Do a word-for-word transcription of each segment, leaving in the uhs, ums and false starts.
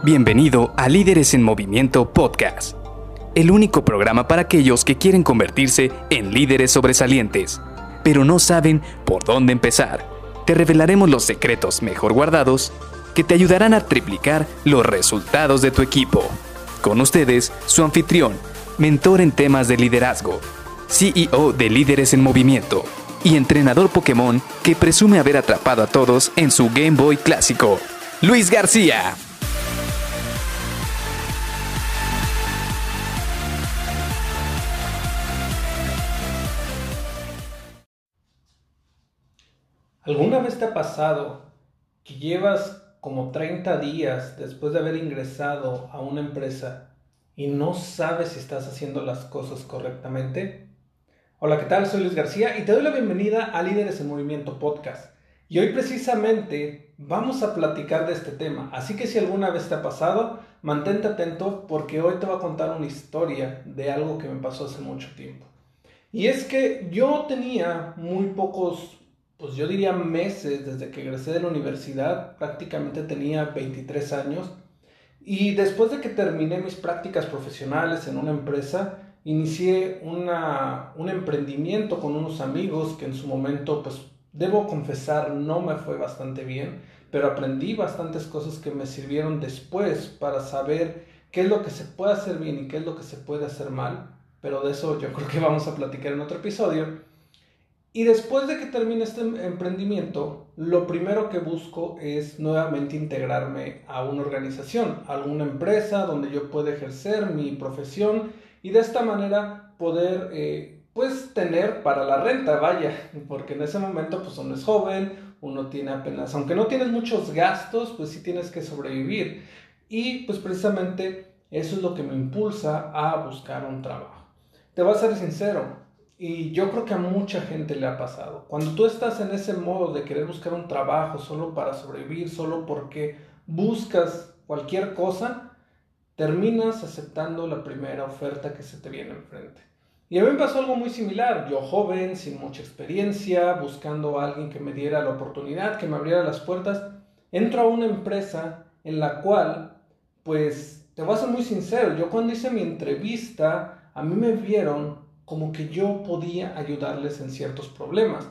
Bienvenido a Líderes en Movimiento Podcast, el único programa para aquellos que quieren convertirse en líderes sobresalientes, pero no saben por dónde empezar. Te revelaremos los secretos mejor guardados que te ayudarán a triplicar los resultados de tu equipo. Con ustedes, su anfitrión, mentor en temas de liderazgo, C E O de Líderes en Movimiento y entrenador Pokémon que presume haber atrapado a todos en su Game Boy clásico, Luis García. ¿Alguna vez te ha pasado que llevas como treinta días después de haber ingresado a una empresa y no sabes si estás haciendo las cosas correctamente? Hola, ¿qué tal? Soy Luis García y te doy la bienvenida a Líderes en Movimiento Podcast. Y hoy precisamente vamos a platicar de este tema, así que si alguna vez te ha pasado, mantente atento porque hoy te voy a contar una historia de algo que me pasó hace mucho tiempo. Y es que yo tenía muy pocos, pues yo diría meses desde que egresé de la universidad, prácticamente tenía veintitrés años, y después de que terminé mis prácticas profesionales en una empresa, inicié una, un emprendimiento con unos amigos que en su momento, pues debo confesar, no me fue bastante bien, pero aprendí bastantes cosas que me sirvieron después para saber qué es lo que se puede hacer bien y qué es lo que se puede hacer mal, pero de eso yo creo que vamos a platicar en otro episodio. Y después de que termine este emprendimiento, lo primero que busco es nuevamente integrarme a una organización, a alguna empresa donde yo pueda ejercer mi profesión y de esta manera poder eh, pues tener para la renta, vaya, porque en ese momento pues uno es joven, uno tiene apenas, aunque no tienes muchos gastos, pues sí tienes que sobrevivir. Y pues precisamente eso es lo que me impulsa a buscar un trabajo. Te voy a ser sincero. Y yo creo que a mucha gente le ha pasado. Cuando tú estás en ese modo de querer buscar un trabajo solo para sobrevivir, solo porque buscas cualquier cosa, terminas aceptando la primera oferta que se te viene enfrente. Y a mí me pasó algo muy similar. Yo joven, sin mucha experiencia, buscando a alguien que me diera la oportunidad, que me abriera las puertas, entro a una empresa en la cual, pues, te voy a ser muy sincero, yo cuando hice mi entrevista, a mí me vieron como que yo podía ayudarles en ciertos problemas.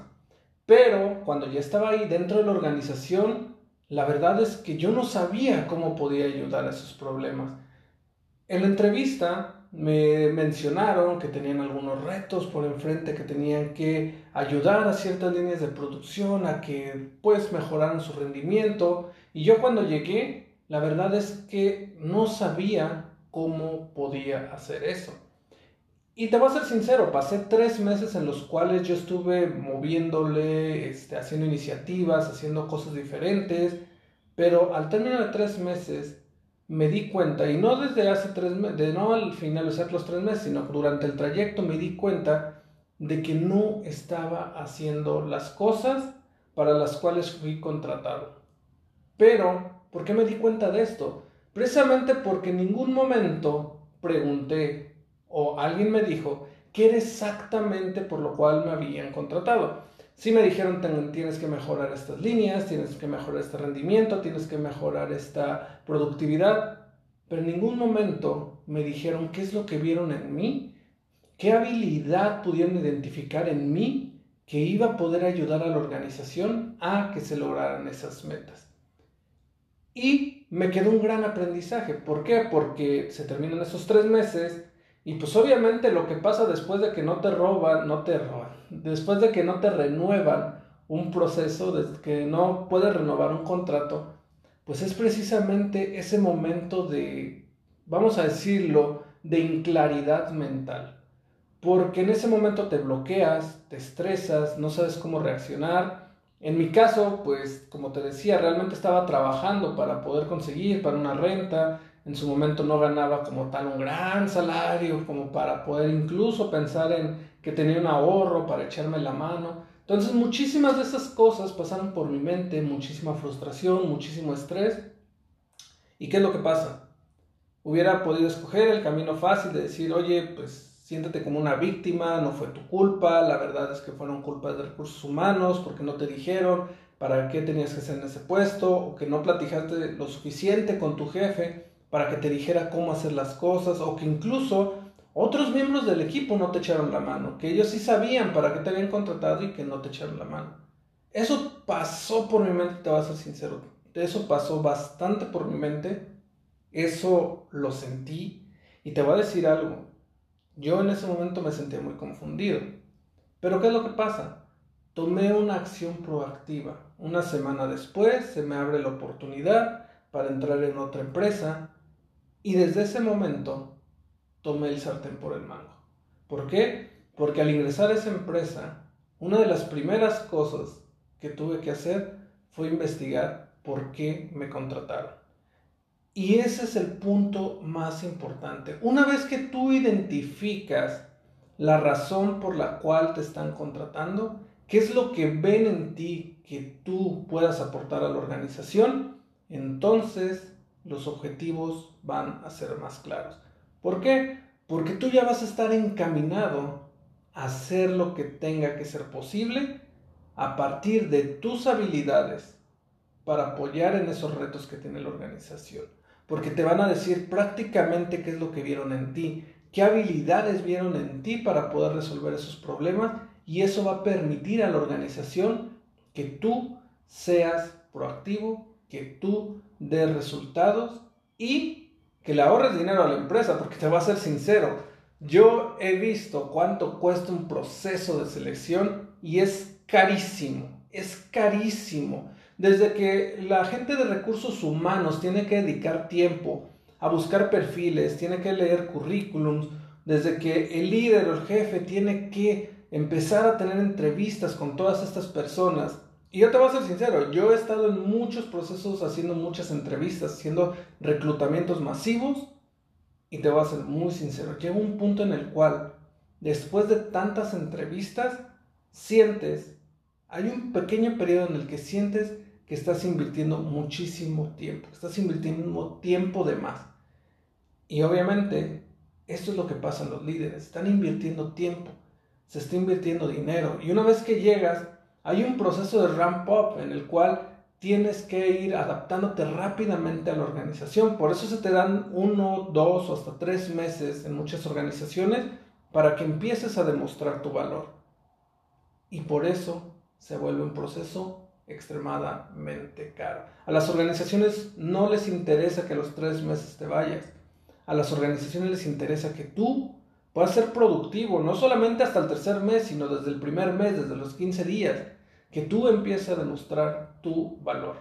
Pero cuando ya estaba ahí dentro de la organización, la verdad es que yo no sabía cómo podía ayudar a esos problemas. En la entrevista me mencionaron que tenían algunos retos por enfrente, que tenían que ayudar a ciertas líneas de producción a que pues mejoraran su rendimiento. Y yo cuando llegué, la verdad es que no sabía cómo podía hacer eso. Y te voy a ser sincero, pasé tres meses en los cuales yo estuve moviéndole, este, haciendo iniciativas, haciendo cosas diferentes, pero al término de tres meses me di cuenta, y no desde hace tres meses, no al finalizar los tres meses, sino durante el trayecto me di cuenta de que no estaba haciendo las cosas para las cuales fui contratado. Pero, ¿por qué me di cuenta de esto? Precisamente porque en ningún momento pregunté o alguien me dijo qué era exactamente por lo cual me habían contratado. Sí me dijeron, tienes que mejorar estas líneas, tienes que mejorar este rendimiento, tienes que mejorar esta productividad, pero en ningún momento me dijeron qué es lo que vieron en mí, qué habilidad pudieron identificar en mí que iba a poder ayudar a la organización a que se lograran esas metas. Y me quedó un gran aprendizaje. ¿Por qué? Porque se terminan esos tres meses y pues obviamente lo que pasa después de que no te roban, no te roban, después de que no te renuevan un proceso, de que no puedes renovar un contrato, pues es precisamente ese momento de, vamos a decirlo, de inclaridad mental. Porque en ese momento te bloqueas, te estresas, no sabes cómo reaccionar. En mi caso, pues como te decía, realmente estaba trabajando para poder conseguir para una renta. En su momento no ganaba como tal un gran salario como para poder incluso pensar en que tenía un ahorro para echarme la mano. Entonces muchísimas de esas cosas pasaron por mi mente, muchísima frustración, muchísimo estrés. ¿Y qué es lo que pasa? Hubiera podido escoger el camino fácil de decir, oye, pues Siéntete como una víctima, no fue tu culpa, la verdad es que fueron culpas de recursos humanos porque no te dijeron para qué tenías que hacer en ese puesto, o que no platicaste lo suficiente con tu jefe para que te dijera cómo hacer las cosas, o que incluso otros miembros del equipo no te echaron la mano, que ellos sí sabían para qué te habían contratado y que no te echaron la mano. Eso pasó por mi mente, te voy a ser sincero, eso pasó bastante por mi mente, eso lo sentí, y te voy a decir algo, yo en ese momento me sentía muy confundido. Pero ¿qué es lo que pasa? Tomé una acción proactiva. Una semana después se me abre la oportunidad para entrar en otra empresa y desde ese momento tomé el sartén por el mango. ¿Por qué? Porque al ingresar a esa empresa, una de las primeras cosas que tuve que hacer fue investigar por qué me contrataron. Y ese es el punto más importante. Una vez que tú identificas la razón por la cual te están contratando, qué es lo que ven en ti que tú puedas aportar a la organización, entonces los objetivos van a ser más claros. ¿Por qué? Porque tú ya vas a estar encaminado a hacer lo que tenga que ser posible a partir de tus habilidades para apoyar en esos retos que tiene la organización. Porque te van a decir prácticamente qué es lo que vieron en ti, qué habilidades vieron en ti para poder resolver esos problemas, y eso va a permitir a la organización que tú seas proactivo, que tú des resultados y que le ahorres dinero a la empresa, porque te voy a ser sincero, yo he visto cuánto cuesta un proceso de selección y es carísimo, es carísimo. Desde que la gente de recursos humanos tiene que dedicar tiempo a buscar perfiles, tiene que leer currículums, desde que el líder o el jefe tiene que empezar a tener entrevistas con todas estas personas. Y yo te voy a ser sincero, yo he estado en muchos procesos haciendo muchas entrevistas, haciendo reclutamientos masivos, y te voy a ser muy sincero, llega un punto en el cual, después de tantas entrevistas, sientes, hay un pequeño periodo en el que sientes que estás invirtiendo muchísimo tiempo, estás invirtiendo tiempo de más. Y obviamente, esto es lo que pasa en los líderes, están invirtiendo tiempo, se está invirtiendo dinero. Y una vez que llegas, hay un proceso de ramp up en el cual tienes que ir adaptándote rápidamente a la organización. Por eso se te dan uno, dos o hasta tres meses en muchas organizaciones para que empieces a demostrar tu valor. Y por eso se vuelve un proceso extremadamente caro. A las organizaciones no les interesa que a los tres meses te vayas. A las organizaciones les interesa que tú puedas ser productivo, no solamente hasta el tercer mes, sino desde el primer mes, desde los quince días, que tú empieces a demostrar tu valor.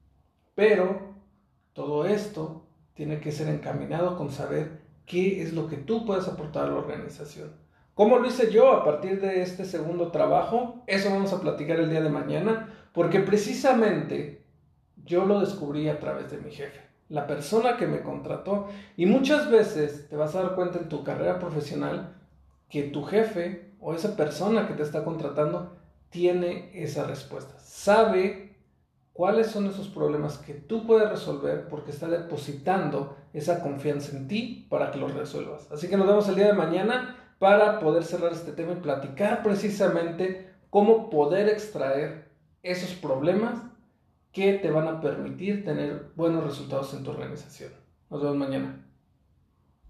Pero todo esto tiene que ser encaminado con saber qué es lo que tú puedes aportar a la organización. ¿Cómo lo hice yo a partir de este segundo trabajo? Eso vamos a platicar el día de mañana, porque precisamente yo lo descubrí a través de mi jefe, la persona que me contrató. Y muchas veces te vas a dar cuenta en tu carrera profesional que tu jefe o esa persona que te está contratando tiene esa respuesta. Sabe cuáles son esos problemas que tú puedes resolver porque está depositando esa confianza en ti para que los resuelvas. Así que nos vemos el día de mañana para poder cerrar este tema y platicar precisamente cómo poder extraer esos problemas que te van a permitir tener buenos resultados en tu organización. Nos vemos mañana.